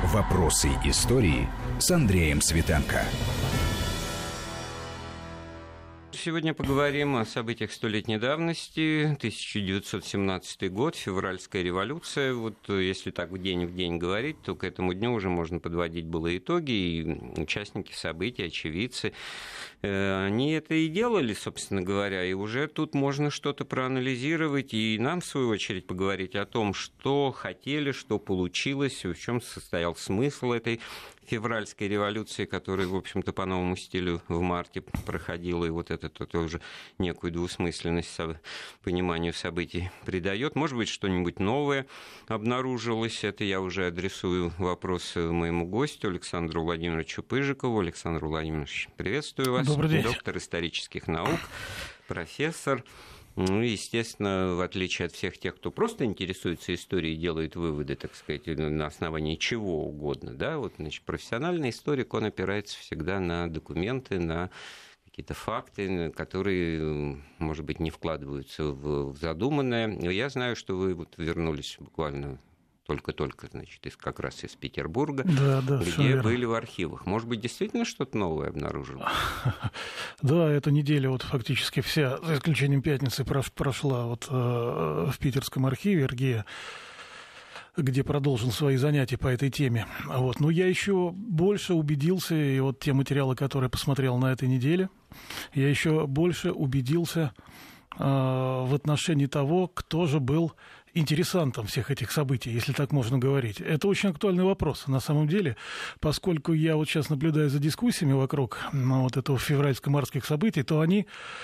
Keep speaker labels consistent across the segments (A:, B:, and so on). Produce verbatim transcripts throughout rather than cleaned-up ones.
A: Вопросы истории с Андреем Светенко.
B: Сегодня поговорим о событиях столетней давности, тысяча девятьсот семнадцатый год, февральская революция. Вот если так день в день говорить, то к этому дню уже можно подводить было итоги, и участники событий, очевидцы, они это и делали, собственно говоря, и уже тут можно что-то проанализировать, и нам, в свою очередь, поговорить о том, что хотели, что получилось, в чем состоял смысл этой февральской революции, которая, в общем-то, по новому стилю в марте проходила, и вот это тоже некую двусмысленность пониманию событий придает. Может быть, что-нибудь новое обнаружилось. Это я уже адресую вопрос моему гостю Александру Владимировичу Пыжикову. Александр Владимирович, приветствую вас.
C: Добрый день.
B: Доктор исторических наук, профессор. Ну, естественно, в отличие от всех тех, кто просто интересуется историей и делает выводы, так сказать, на основании чего угодно, да, вот, значит, профессиональный историк, он опирается всегда на документы, на какие-то факты, которые, может быть, не вкладываются в задуманное. Но я знаю, что вы вот вернулись буквально только-только, значит, из, как раз из Петербурга,
C: да, да,
B: где были в архивах. Может быть, действительно что-то новое обнаружили?
C: Да, эта неделя вот фактически вся, за исключением пятницы, прошла вот в Питерском архиве эр гэ е, где продолжил свои занятия по этой теме. Вот. Но я еще больше убедился, и вот те материалы, которые посмотрел на этой неделе, я еще больше убедился э, в отношении того, кто же был интересантом всех этих событий, если так можно говорить. Это очень актуальный вопрос, на самом деле, поскольку я вот сейчас наблюдаю за дискуссиями вокруг ну, вот этого февральско-марских событий, то они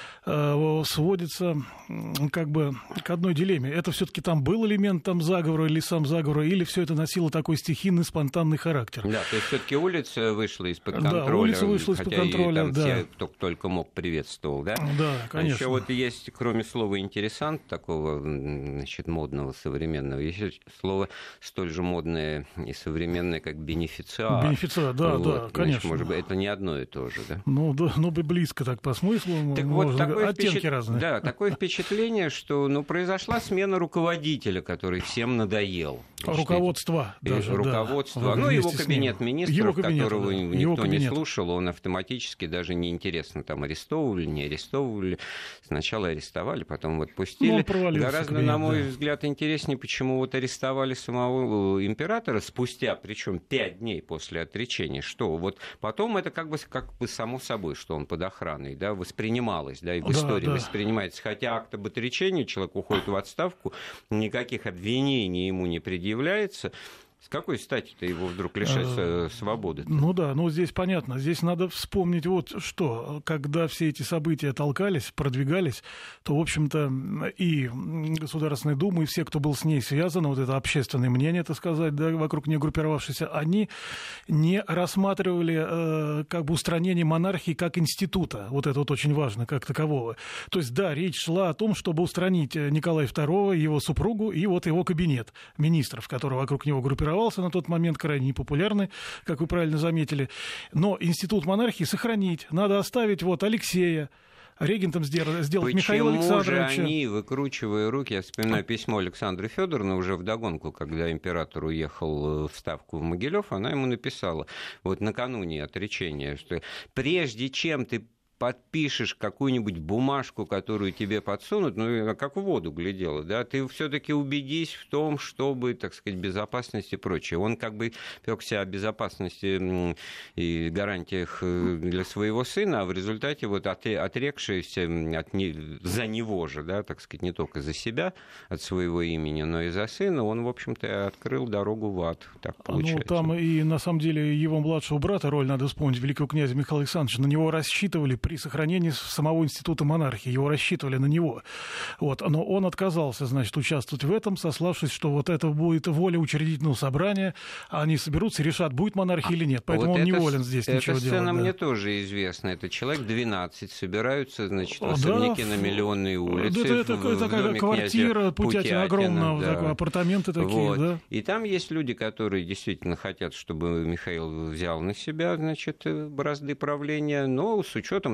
C: э, сводятся как бы к одной дилемме. Это все-таки там был элемент там заговора или сам заговор, или все это носило такой стихийный, спонтанный характер.
B: Да, то есть все-таки улица вышла из-под контроля.
C: Да, улица вышла из-под контроля,
B: там
C: да.
B: Все, кто только мог, приветствовал, да?
C: Да, конечно.
B: А еще вот есть, кроме слова «интересант», такого, значит, модного, современного, есть слово столь же модное и современное, как бенефициар.
C: Бенефициар, да,
B: вот,
C: да,
B: значит,
C: конечно.
B: Может быть, это не одно и то же, да?
C: Ну, да, ну, близко так по смыслу,
B: так
C: можно,
B: вот, такое
C: оттенки
B: впечат...
C: разные.
B: Да, такое впечатление, что ну, произошла смена руководителя, который всем надоел. Значит,
C: руководство даже,
B: руководство,
C: да,
B: ну, его кабинет министров, его кабинет, которого да, никто его не слушал, он автоматически, даже неинтересно, там арестовывали, не арестовывали. Сначала арестовали, потом вот пустили.
C: Ну,
B: Гораздо,
C: кабинет,
B: на мой
C: да.
B: взгляд, интереснее, почему вот арестовали самого императора спустя, причем пять дней после отречения, что вот потом это как бы, как бы само собой, что он под охраной, да, воспринималось, да, и в
C: да,
B: истории
C: да.
B: воспринимается, хотя акт об отречении, человек уходит в отставку, никаких обвинений ему не предъявляется. С какой стати-то его вдруг лишать а, свободы?
C: Ну да, ну здесь понятно. Здесь надо вспомнить вот что. Когда все эти события толкались, продвигались, то, в общем-то, и Государственная Дума, и все, кто был с ней связан, вот это общественное мнение, так сказать, да, вокруг нее группировавшиеся, они не рассматривали э, как бы устранение монархии как института. Вот это вот очень важно, как такового. То есть, да, речь шла о том, чтобы устранить Николая второго, его супругу и вот его кабинет министров, который вокруг него группировался на тот момент, крайне непопулярный, как вы правильно заметили. Но институт монархии сохранить. Надо оставить вот Алексея, регентом сделать, сделать Михаила Александровича.
B: Почему же они, выкручивая руки, я вспоминаю письмо Александры Федоровны уже вдогонку, когда император уехал в Ставку в Могилев, она ему написала, вот накануне отречения, что прежде чем ты подпишешь какую-нибудь бумажку, которую тебе подсунут, ну, как в воду глядела, да, ты все-таки убедись в том, чтобы, так сказать, безопасность и прочее. Он как бы пёкся о безопасности и гарантиях для своего сына, а в результате вот отрекшийся от не... за него же, да, так сказать, не только за себя, от своего имени, но и за сына, он, в общем-то, открыл дорогу в ад. Так получается.
C: Ну, там и, на самом деле, его младшего брата, роль, надо вспомнить, великого князя Михаила Александровича, на него рассчитывали при сохранении самого института монархии. Его рассчитывали на него. Вот. Но он отказался, значит, участвовать в этом, сославшись, что вот это будет воля учредительного собрания, они соберутся и решат, будет монархия или нет. Поэтому вот он не волен здесь ничего делать.
B: Эта сцена
C: да.
B: мне тоже известна. Это человек двенадцать, собираются, значит, в особняке да, на Миллионной улице.
C: Это, это,
B: в,
C: это
B: в доме
C: квартира Путятина, огромная,
B: да.
C: такой, апартаменты такие.
B: Вот.
C: Да.
B: И там есть люди, которые действительно хотят, чтобы Михаил взял на себя, значит, бразды правления, но с учетом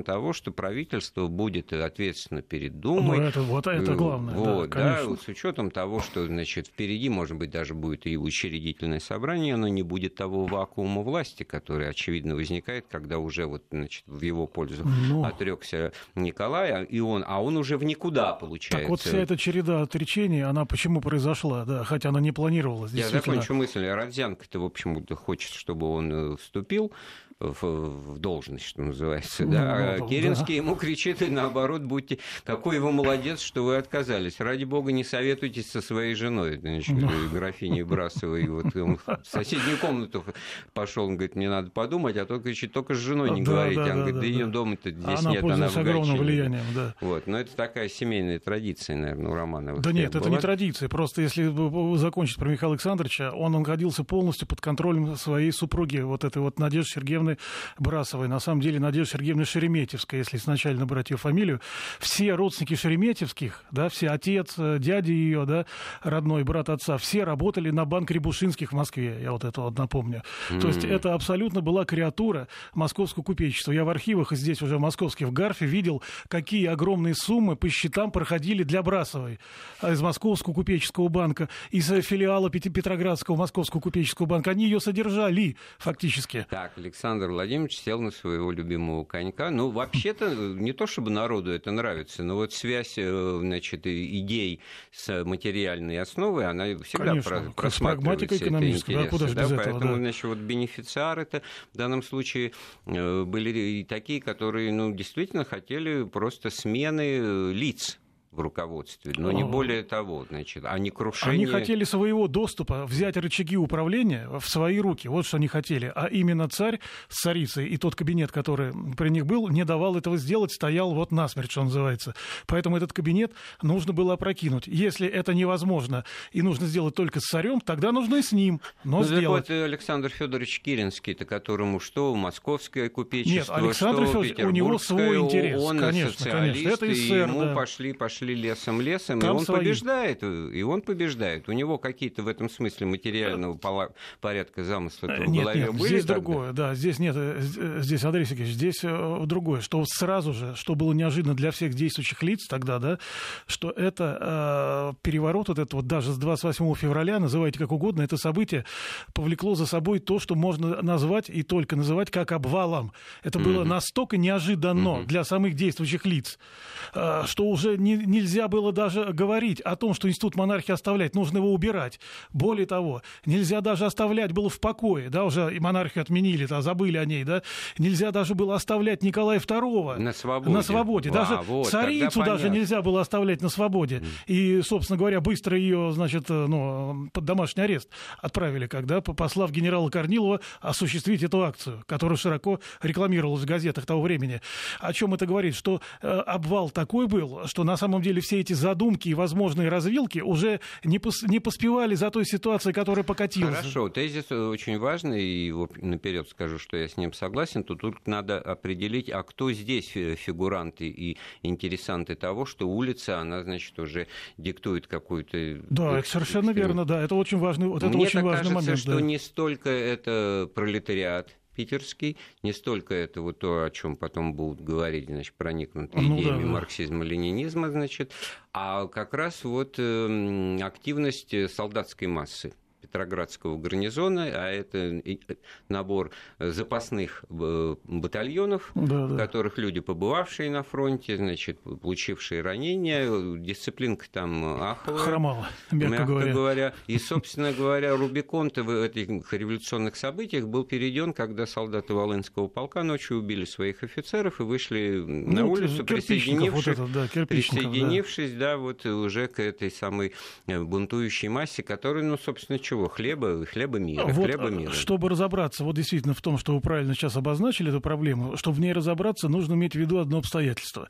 B: того, что правительство будет ответственно перед Думой.
C: Ну, это, вот это главное.
B: Вот,
C: да,
B: да, с учетом того, что, значит, впереди, может быть, даже будет и учредительное собрание, но не будет того вакуума власти, который, очевидно, возникает, когда уже вот, значит, в его пользу
C: ну...
B: отрекся Николай, и он, а он уже в никуда, получается.
C: Так вот вся эта череда отречений, она почему произошла, да, хотя она не планировалась.
B: Я закончу мысль. Родзянко-то, в общем, хочет, чтобы он вступил в, в должность, что называется, ну, да, а Керенский да. ему кричит, и наоборот, будьте, какой вы молодец, что вы отказались. Ради бога, не советуйтесь со своей женой, значит, ну. графиней Брасовой. Вот он в соседнюю комнату пошел, он говорит, мне надо подумать, а то, кричит, только с женой не да, говорить. Да, он да, говорит, да, да ее да. дома-то здесь она нет, она в огромным влиянием, да. Вот, но это такая семейная традиция, наверное, у Романовых.
C: Да нет,
B: была.
C: Это не традиция, просто если закончить про Михаила Александровича, он находился полностью под контролем своей супруги, вот этой вот Надежды Сергеевны Брасовой, на самом деле Надежда Сергеевна Шереметьевская, если изначально брать ее фамилию. Все родственники Шереметьевских, да, все отец, дядя ее, да, родной брат отца, все работали на банк Рябушинских в Москве, я вот это вот напомню. Mm. То есть это абсолютно была креатура московского купечества. Я в архивах и здесь уже в московских, в Гарфе видел, какие огромные суммы по счетам проходили для Брасовой из Московского купеческого банка, из филиала Петроградского Московского купеческого банка. Они ее содержали фактически.
B: Так, Александр Владимирович сел на своего любимого конька. Ну, вообще-то, не то чтобы народу это нравится, но вот связь, значит, идей с материальной основой, она всегда
C: Конечно,
B: просматривается.
C: Это интересно, да, куда же
B: да?
C: без
B: Поэтому,
C: этого, да.
B: значит, вот бенефициары-то в данном случае были и такие, которые, ну, действительно хотели просто смены лиц в руководстве, но не более того, значит, а не крушение...
C: Они хотели своего доступа, взять рычаги управления в свои руки, вот что они хотели, а именно царь с царицей и тот кабинет, который при них был, не давал этого сделать, стоял вот насмерть, что называется. Поэтому этот кабинет нужно было опрокинуть. Если это невозможно и нужно сделать только с царем, тогда нужно и с ним, но
B: ну,
C: сделать.
B: Так вот Александр Федорович Керенский-то, которому что московское купечество,
C: Нет, Александр
B: что
C: Федорович, у него свой интерес,
B: он
C: конечно,
B: социалист,
C: конечно. Это
B: и
C: эсер,
B: ему
C: да.
B: пошли, пошли лесом лесом,
C: Там
B: и он
C: свои.
B: побеждает, и он побеждает. У него какие-то в этом смысле материального порядка замысла в
C: нет,
B: голове
C: нет,
B: были
C: здесь
B: тогда?
C: Другое, да, здесь нет, здесь, Андрей Сергеевич, здесь другое, что сразу же, что было неожиданно для всех действующих лиц тогда, да, что это э, переворот, вот это вот даже с двадцать восьмого февраля, называйте как угодно, это событие повлекло за собой то, что можно назвать и только называть как обвалом. Это mm-hmm. было настолько неожиданно mm-hmm. для самых действующих лиц, э, что уже не, нельзя было даже говорить о том, что институт монархии оставлять, нужно его убирать. Более того, нельзя даже оставлять было в покое, да, уже и монархию отменили, да, забыли о ней, да, нельзя даже было оставлять Николая второго
B: на свободе.
C: На свободе. Даже
B: а, вот,
C: царицу даже нельзя было оставлять на свободе. Mm. И, собственно говоря, быстро ее, значит, ну, под домашний арест отправили, когда, послав генерала Корнилова осуществить эту акцию, которая широко рекламировалась в газетах того времени. О чем это говорит? Что э, обвал такой был, что на самом деле все эти задумки и возможные развилки уже не, пос, не поспевали за той ситуацией, которая покатилась.
B: Хорошо, тезис очень важный, и наперед скажу, что я с ним согласен. Тут, тут надо определить, а кто здесь фигуранты и интересанты того, что улица, она, значит, уже диктует какую-то...
C: Да, это совершенно верно, да, это очень важный, вот это
B: Мне
C: очень важный
B: кажется,
C: момент.
B: что
C: да.
B: не столько это пролетариат питерский, не столько это вот то, о чем потом будут говорить, значит, проникнутые ну, идеями да, марксизма-ленинизма, значит, а как раз вот э, активность солдатской массы Петроградского гарнизона, а это набор запасных батальонов, да, в да. которых люди, побывавшие на фронте, значит, получившие ранения, дисциплинка там аховая.
C: Хромала, мягко, мягко говоря.
B: говоря. И, собственно говоря, Рубикон-то в этих революционных событиях был перейден, когда солдаты Волынского полка ночью убили своих офицеров и вышли ну, на улицу, присоединившись, вот это, да, присоединившись да. Да, вот уже к этой самой бунтующей массе, которая, ну, собственно, чего? Хлеба, хлеба мира,
C: вот,
B: хлеба мира.
C: Чтобы разобраться, вот действительно в том, что вы правильно сейчас обозначили эту проблему, чтобы в ней разобраться, нужно иметь в виду одно обстоятельство,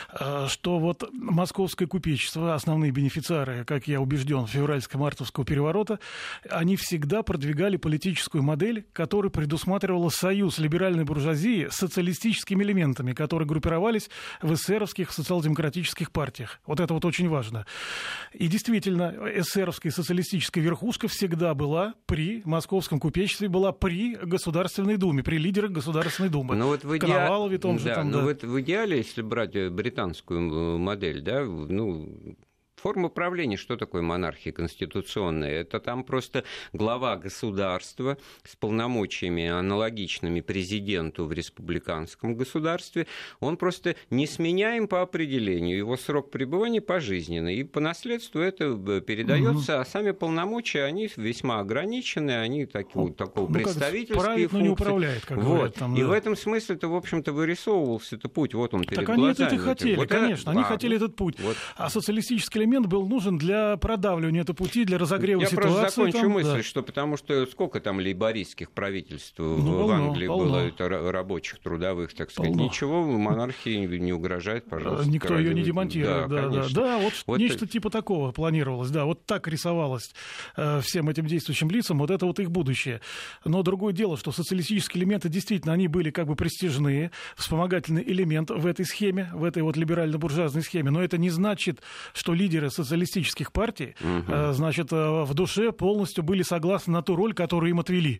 C: что вот московское купечество, основные бенефициары, как я убежден, февральско-мартовского переворота, они всегда продвигали политическую модель, которая предусматривала союз либеральной буржуазии с социалистическими элементами, которые группировались в эсеровских социал-демократических партиях. Вот это вот очень важно. И действительно, эсеровская социалистическая верхушка всегда всегда была при Московском купечестве, была при Государственной Думе, при лидерах Государственной Думы.
B: Ну, вот в иде...
C: Коновалове том же.
B: Да,
C: там,
B: ну
C: да.
B: вот в идеале, если брать британскую модель, да, ну... Форма правления, что такое монархия конституционная? Это там просто глава государства с полномочиями, аналогичными президенту в республиканском государстве. Он просто несменяем по определению. Его срок пребывания пожизненный. И по наследству это передается, угу. а сами полномочия, они весьма ограничены, они такого, ну, такого ну, представительские
C: правит,
B: функции.
C: Но не управляет, как
B: вот.
C: говорят, там,
B: и
C: да.
B: в этом смысле-то, в общем-то, вырисовывался этот путь. Вот он перед
C: так
B: глазами.
C: Так они это и хотели, вот конечно. Это... Они а, хотели этот путь. Вот. А социалистический элемент был нужен для продавливания этого пути, для разогрева
B: Я
C: ситуации.
B: Я просто закончу
C: там,
B: мысль,
C: да.
B: что потому что сколько там лейбористских правительств ну, в
C: полно,
B: Англии
C: полно.
B: было, это рабочих, трудовых, так сказать.
C: Полно.
B: Ничего монархии не угрожает, пожалуйста.
C: Никто ее не демонтирует. Да, да, да. да вот,
B: вот
C: нечто типа такого планировалось. Да, вот так рисовалось э, всем этим действующим лицам, вот это вот их будущее. Но другое дело, что социалистические элементы действительно, они были как бы престижные, вспомогательный элемент в этой схеме, в этой вот либерально-буржуазной схеме. Но это не значит, что лидеры социалистических партий Угу. значит, в душе полностью были согласны на ту роль, которую им отвели.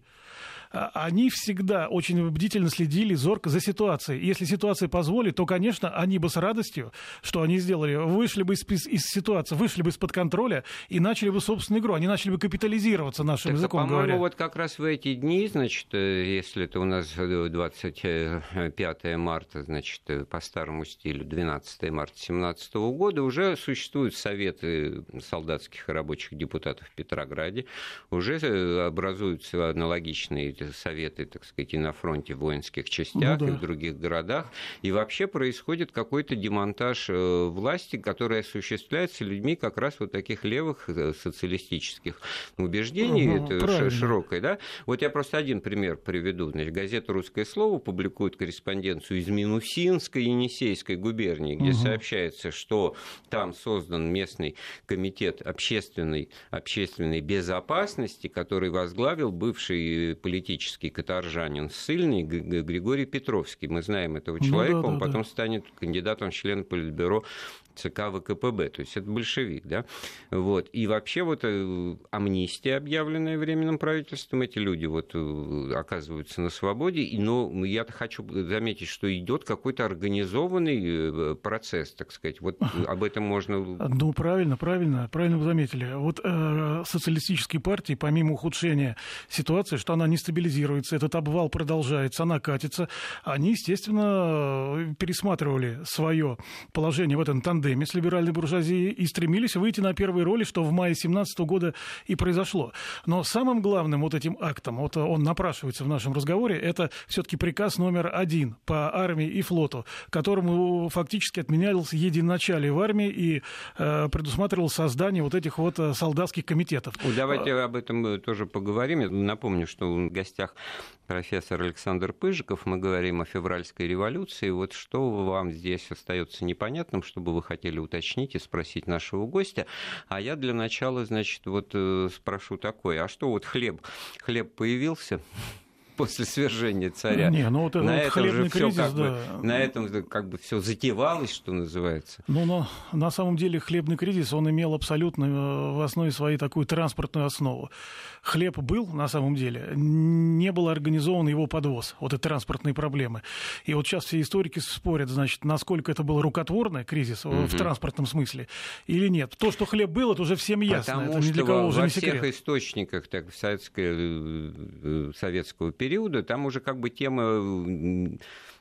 C: Они всегда очень бдительно следили, зорко за ситуацией. Если ситуация позволит, то, конечно, они бы с радостью, что они сделали, вышли бы из, из ситуации, вышли бы из-под контроля и начали бы собственную игру. Они начали бы капитализироваться нашим так, языком
B: по-моему,
C: говоря.
B: Вот как раз в эти дни, значит, если это у нас двадцать пятое марта, значит, по старому стилю, двенадцатое марта две тысячи семнадцатого года, уже существуют советы солдатских и рабочих депутатов в Петрограде, уже образуются аналогичные советы, так сказать, и на фронте, в воинских частях, ну, да. и в других городах. И вообще происходит какой-то демонтаж власти, который осуществляется людьми как раз вот таких левых социалистических убеждений, угу, это правильно. Широкое, да? Вот я просто один пример приведу. Значит, газета «Русское слово» публикует корреспонденцию из Минусинской и Енисейской губернии, где угу. сообщается, что там создан местный комитет общественной, общественной безопасности, который возглавил бывший политический каторжанин ссыльный Григорий Петровский. Мы знаем этого человека, ну, да, он да, потом да. станет кандидатом в члены Политбюро ЦК ВКПБ, то есть это большевик, да, вот, и вообще вот амнистия, объявленная Временным правительством, эти люди вот оказываются на свободе, но я хочу заметить, что идет какой-то организованный процесс, так сказать, вот об этом можно...
C: Ну, правильно, правильно, правильно вы заметили. Вот э, социалистические партии, помимо ухудшения ситуации, что она не стабилизируется, этот обвал продолжается, она катится, они, естественно, пересматривали свое положение в этом тандеме с либеральной буржуазией и стремились выйти на первые роли, что в мае семнадцатого года и произошло. Но самым главным вот этим актом, вот он напрашивается в нашем разговоре, это все-таки приказ номер один по армии и флоту, которому фактически отменялось единоначалие в армии и э, предусматривал создание вот этих вот солдатских комитетов.
B: Давайте об этом тоже поговорим. Я напомню, что в гостях профессор Александр Пыжиков. Мы говорим о февральской революции. Вот что вам здесь остается непонятным, чтобы вы хотели уточнить и спросить нашего гостя. А я для начала, значит, вот спрошу такое. А что вот хлеб? Хлеб появился после свержения царя?
C: Не, ну вот
B: на
C: этот
B: этом же
C: кризис,
B: как
C: да.
B: бы, на этом как бы все затевалось, что называется.
C: Ну, но на самом деле хлебный кризис, он имел абсолютно в основе своей такую транспортную основу. Хлеб был, на самом деле, не был организован его подвоз, вот эти транспортные проблемы. И вот сейчас все историки спорят, значит, насколько это был рукотворный кризис угу. в транспортном смысле или нет. То, что хлеб был, это уже всем ясно.
B: Потому
C: это ни для кого
B: во,
C: уже
B: во
C: не
B: всех
C: секрет.
B: источниках так, советского, советского периода, там уже как бы тема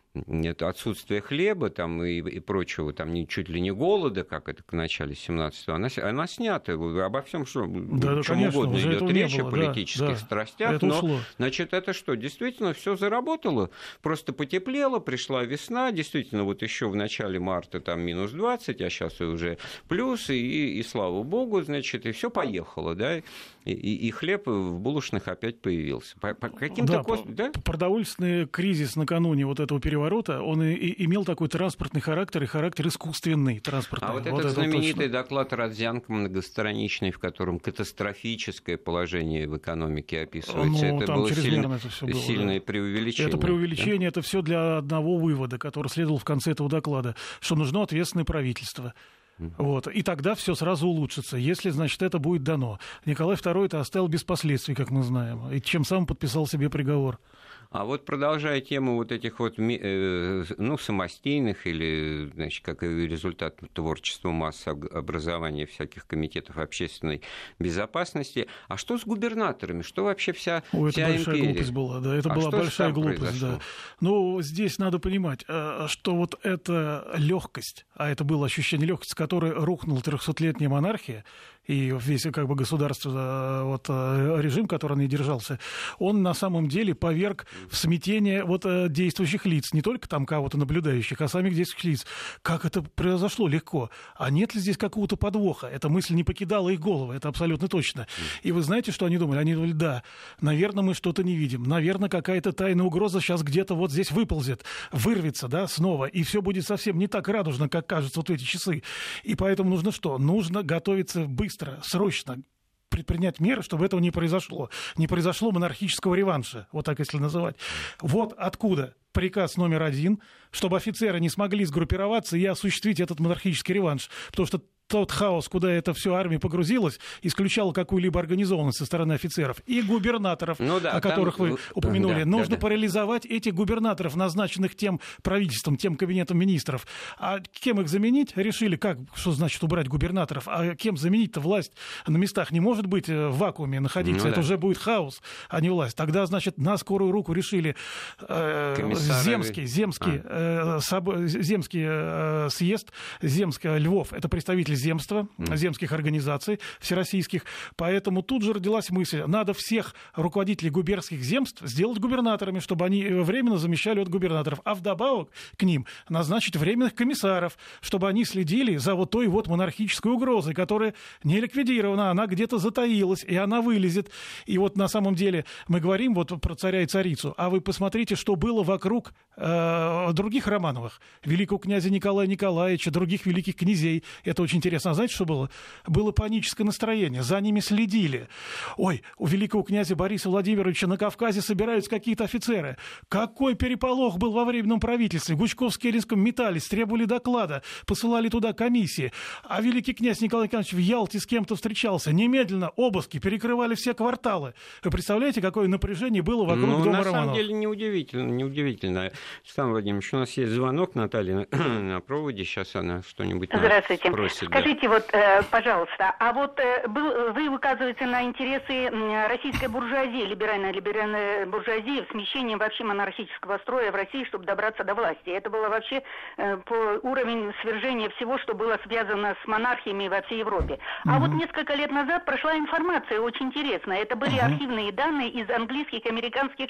B: это отсутствие хлеба там, и, и прочего, там, не, чуть ли не голода, как это к началу семнадцатого, она, она снята. Обо всем, что
C: да,
B: чем
C: конечно,
B: угодно идет речь,
C: было,
B: о политических
C: да,
B: страстях.
C: это
B: но,
C: ушло.
B: Значит, это что? Действительно, все заработало. Просто потеплело, пришла весна. Действительно, вот еще в начале марта там минус двадцать, а сейчас уже плюс, и, и слава богу, значит, и все поехало, да. И, и, и хлеб в булочных опять появился. По, по каким-то
C: да,
B: кост... да?
C: Продовольственный кризис накануне вот этого переворота, он и, и имел такой транспортный характер и характер искусственный транспортный.
B: А вот,
C: вот
B: этот знаменитый
C: точно.
B: доклад Родзянко многостраничный, в котором катастрофическое положение в экономике описывается,
C: ну,
B: это было сильно,
C: это все было,
B: сильное
C: да.
B: преувеличение.
C: Это преувеличение,
B: да?
C: Это все для одного вывода, который следовал в конце этого доклада, что нужно ответственное правительство. Вот. И тогда все сразу улучшится, если, значит, это будет дано. Николай второй это оставил без последствий, как мы знаем, и чем сам подписал себе приговор.
B: А вот продолжая тему вот этих вот, ну, самостийных или, значит, как результат творчества массообразования всяких комитетов общественной безопасности, а что с губернаторами? Что вообще вся,
C: О,
B: вся
C: это большая
B: империя?
C: глупость была, да, это
B: а
C: была большая глупость,
B: произошло?
C: да. Но здесь надо понимать, что вот эта легкость, а это было ощущение легкости, с которой рухнула трехсотлетняя монархия, и весь как бы государство, вот, режим, который не держался, он на самом деле поверг в смятение вот, действующих лиц, не только там кого-то наблюдающих, а самих действующих лиц. Как это произошло легко? А нет ли здесь какого-то подвоха? Эта мысль не покидала их головы, это абсолютно точно. И вы знаете, что они думали? Они думали, да, наверное, мы что-то не видим, наверное, какая-то тайная угроза сейчас где-то вот здесь выползет, вырвется, да, снова, и все будет совсем не так радужно, как кажется вот в эти часы. И поэтому нужно что? Нужно готовиться быстро, срочно предпринять меры, чтобы этого не произошло. Не произошло монархического реванша, вот так если называть. Вот откуда приказ номер один, чтобы офицеры не смогли сгруппироваться и осуществить этот монархический реванш. Потому что тот хаос, куда это все армия погрузилась, исключал какую-либо организованность со стороны офицеров и губернаторов, ну да, о которых там... вы упомянули. Да, Нужно да, да. парализовать этих губернаторов, назначенных тем правительством, тем кабинетом министров. А кем их заменить? Решили, как, что значит убрать губернаторов? А кем заменить-то? Власть на местах не может быть в вакууме находиться. Ну, это да. уже будет хаос, а не власть. Тогда, значит, на скорую руку решили э, земский, земский, а. э, соб, земский э, съезд, земский Львов, это представитель земства, mm. земских организаций всероссийских. Поэтому тут же родилась мысль, надо всех руководителей губернских земств сделать губернаторами, чтобы они временно замещали от губернаторов. А вдобавок к ним назначить временных комиссаров, чтобы они следили за вот той вот монархической угрозой, которая не ликвидирована, она где-то затаилась, и она вылезет. И вот на самом деле мы говорим вот про царя и царицу, а вы посмотрите, что было вокруг э, других Романовых, великого князя Николая Николаевича, других великих князей. Это очень интересно. А знаете, что было? Было паническое настроение. За ними следили. Ой, у великого князя Бориса Владимировича на Кавказе собираются какие-то офицеры. Какой переполох был во временном правительстве. Гучков с Керенским метались, требовали доклада, посылали туда комиссии. А великий князь Николай Николаевич в Ялте с кем-то встречался. Немедленно обыски, перекрывали все кварталы. Вы представляете, какое напряжение было вокруг
B: ну,
C: дома
B: на
C: Романовых?
B: На самом деле неудивительно, неудивительно. Александр Владимирович, у нас есть звонок, Наталья на проводе. Сейчас она что-нибудь
D: Здравствуйте.
B: Спросит,
D: Скажите, да. вот, э, пожалуйста, а вот э, был, вы указываете на интересы российской буржуазии, либеральной, либеральной буржуазии в смещении вообще монархического строя в России, чтобы добраться до власти. Это было вообще э, по уровень свержения всего, что было связано с монархиями во всей Европе. А угу. вот несколько лет назад прошла информация очень интересная. Это были угу. архивные данные из английских и американских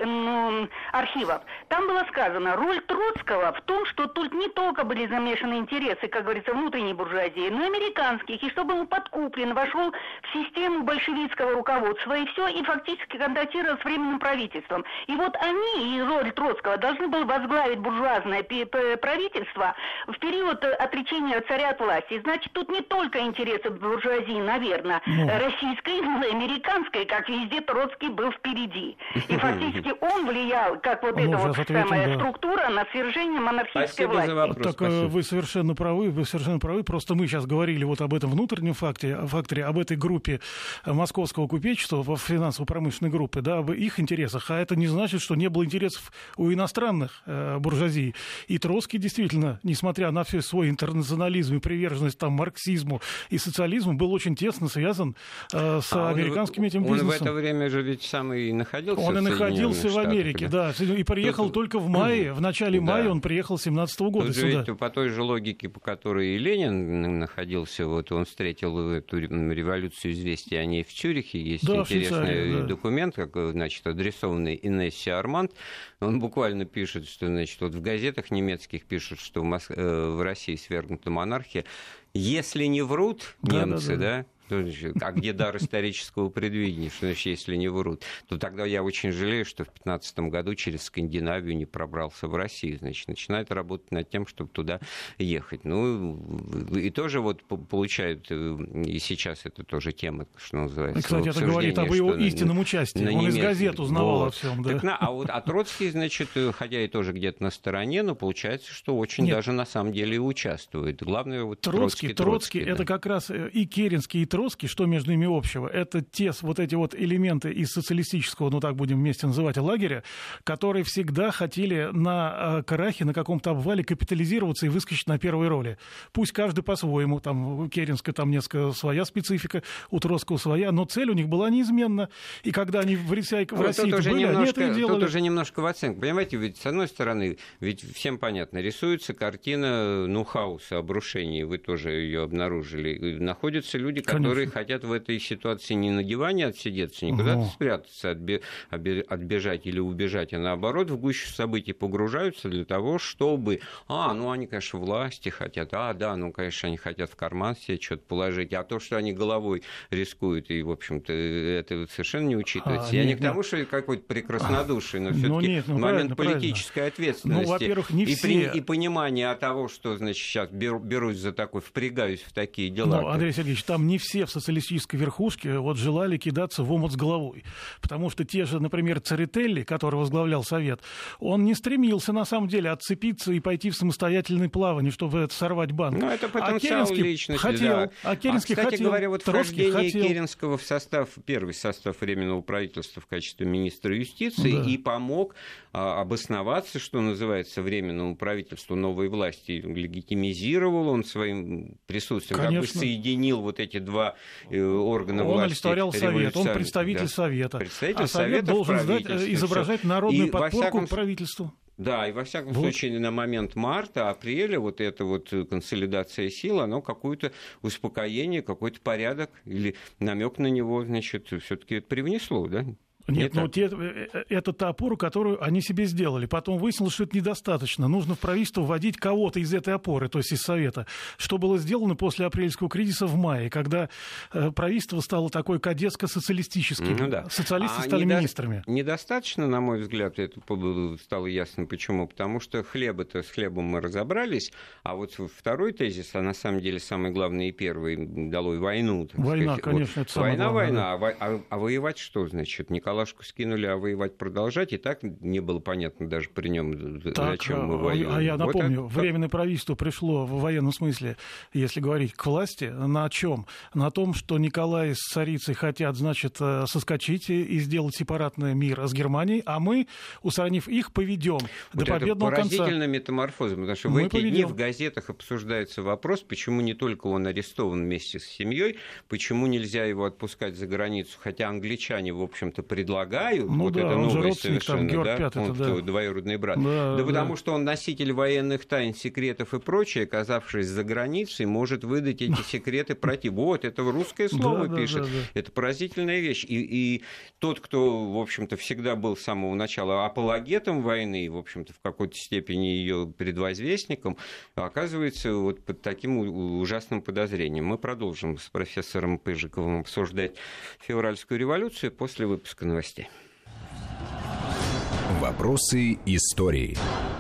D: э, архивов. Там было сказано, роль Троцкого в том, что тут не только были замешаны интересы, как говорится, внутренней буржуазии, но и американских, и чтобы он подкуплен, вошел в систему большевистского руководства, и все, и фактически контактировал с временным правительством. И вот они, и роль Троцкого, должны были возглавить буржуазное правительство в период отречения царя от власти. Значит, тут не только интересы буржуазии, наверное, но... российской, но и американской, как везде Троцкий был впереди. И фактически он влиял, как вот эта вот самая структура, на свержение монархической власти.
B: За вопрос,
C: так
B: спасибо.
C: Вы совершенно правы, вы совершенно правы. Просто мы сейчас говорили вот об этом внутреннем факте, факторе, об этой группе московского купечества, финансово-промышленной группы, да, об их интересах. А это не значит, что не было интересов у иностранных э, буржуазий. И Троцкий действительно, несмотря на все свой интернационализм и приверженность там марксизму и социализму, был очень тесно связан э, с а американским
B: он,
C: этим бизнесом.
B: Он в это время же ведь сам и находился
C: он
B: в
C: и находился в Америке, да, и приехал Тут... только в мае, в начале да. мая он приехал семнадцатого года
B: Тут
C: сюда.
B: Ведь по той же логике, по которой и Ленин находился, вот он встретил эту революцию, известия о ней в Цюрихе, есть да, интересный да. документ, как, значит, адресованный Инессе Арманд, он буквально пишет, что, значит, вот в газетах немецких пишут, что в, Мос... в России свергнута монархия, если не врут немцы, да, да, да. да что значит, а где дар исторического предвидения, что значит, если не врут, то тогда я очень жалею, что в пятнадцатом году через Скандинавию не пробрался в Россию, значит, начинает работать над тем, чтобы туда ехать. Ну, и тоже вот получают, и сейчас это тоже тема, что называется. И,
C: кстати, это говорит об его истинном участии, он из газет узнавал вот. О всем. Да?
B: Так, на, а вот а Троцкий, значит, хотя и тоже где-то на стороне, но получается, что очень Нет. даже на самом деле и участвует. Главное, вот
C: Троцкий,
B: Троцкий,
C: Троцкий,
B: Троцкий
C: это
B: да.
C: как раз и Керенский, и Троцкий, что между ними общего? Это те вот эти вот элементы из социалистического, ну так будем вместе называть, лагеря, которые всегда хотели на крахе, на каком-то обвале капитализироваться и выскочить на первой роли. Пусть каждый по-своему, там у Керенского там несколько своя специфика, у Троцкого своя, но цель у них была неизменна. И когда они в России, в России
B: тут, уже
C: были,
B: немножко,
C: они это и делали.
B: Тут уже немножко в оценку. Понимаете, ведь с одной стороны, ведь всем понятно, рисуется картина, ну, хаоса, обрушения, вы тоже ее обнаружили. Находятся люди, которые Конечно. хотят в этой ситуации не на диване отсидеться, не куда-то спрятаться, отбежать или убежать, а наоборот в гущу событий погружаются для того, чтобы... А, ну, они, конечно, власти хотят. А, да, ну, конечно, они хотят в карман себе что-то положить. А то, что они головой рискуют, и, в общем-то, это совершенно не учитывается. А, Я нет, не к тому, нет. что какой-то прекраснодушный, но все-таки ну, ну, момент политической ответственности.
C: Ну, во-первых, не
B: и,
C: все...
B: при, и понимание того, что, значит, сейчас беру, берусь за такой, впрягаюсь в такие дела.
C: Ну, Андрей Сергеевич, там не все в социалистической верхушке вот желали кидаться в омут с головой. Потому что те же, например, Церетелли, который возглавлял Совет, он не стремился, на самом деле, отцепиться и пойти в самостоятельное плавание, чтобы сорвать банк.
B: Ну, это потенциал
C: а
B: личности,
C: хотел,
B: да.
C: А Керенский
B: а, кстати
C: хотел.
B: говоря, вот
C: Троцкий
B: вхождение
C: хотел.
B: Керенского в состав, первый состав Временного правительства в качестве министра юстиции да. и помог а, обосноваться, что называется, Временному правительству новой власти, легитимизировал он своим присутствием, Конечно. как бы соединил вот эти два э, органа
C: он
B: власти.
C: Он олицетворял Совет, он представитель
B: да.
C: Совета.
B: Представитель
C: а Совет должен сдать, изображать народную и подпорку всяком... правительству.
B: Да, и во всяком
C: вот.
B: случае на момент марта, апреля вот эта вот консолидация сил, оно какое-то успокоение, какой-то порядок или намек на него, значит, все-таки привнесло, да?
C: Нет, ну те, это та опора, которую они себе сделали. Потом выяснилось, что это недостаточно. Нужно в правительство вводить кого-то из этой опоры, то есть из Совета. Что было сделано после апрельского кризиса в мае, когда правительство стало такое кадетско-социалистическим. Ну, да. Социалисты а стали недо... министрами.
B: Недостаточно, на мой взгляд, это стало ясно почему. Потому что хлеба-то с хлебом мы разобрались, а вот второй тезис, а на самом деле самый главный и первый, долой войну.
C: Война,
B: сказать.
C: конечно, вот, это самое
B: война,
C: главное.
B: Война, война, а, а воевать что значит? Николай Калашку скинули, а воевать продолжать, и так не было понятно даже при нем, зачем мы воюем.
C: А я напомню,
B: вот это...
C: Временное правительство пришло в военном смысле, если говорить, к власти, на чем? На том, что Николай с царицей хотят, значит, соскочить и сделать сепаратный мир с Германией, а мы, устранив их, поведем
B: вот
C: до победного
B: это
C: конца.
B: Поразительная метаморфоза, потому что
C: мы
B: в эти
C: поведем.
B: дни в газетах обсуждается вопрос, почему не только он арестован вместе с семьей, почему нельзя его отпускать за границу, хотя англичане, в общем-то, предлагают,
C: ну,
B: вот
C: да,
B: это новое совершенно,
C: там,
B: да,
C: Пятый,
B: он
C: да.
B: двоюродный брат.
C: Да,
B: да,
C: да
B: потому что он носитель военных тайн, секретов и прочее, оказавшись за границей, может выдать эти секреты против. Вот, это русское слово
C: да,
B: пишет.
C: Да, да, да.
B: Это поразительная вещь. И, и тот, кто, в общем-то, всегда был с самого начала апологетом войны, в общем-то, в какой-то степени ее предвозвестником, оказывается вот под таким ужасным подозрением. Мы продолжим с профессором Пыжиковым обсуждать февральскую революцию после выпуска новостей.
A: Вопросы истории.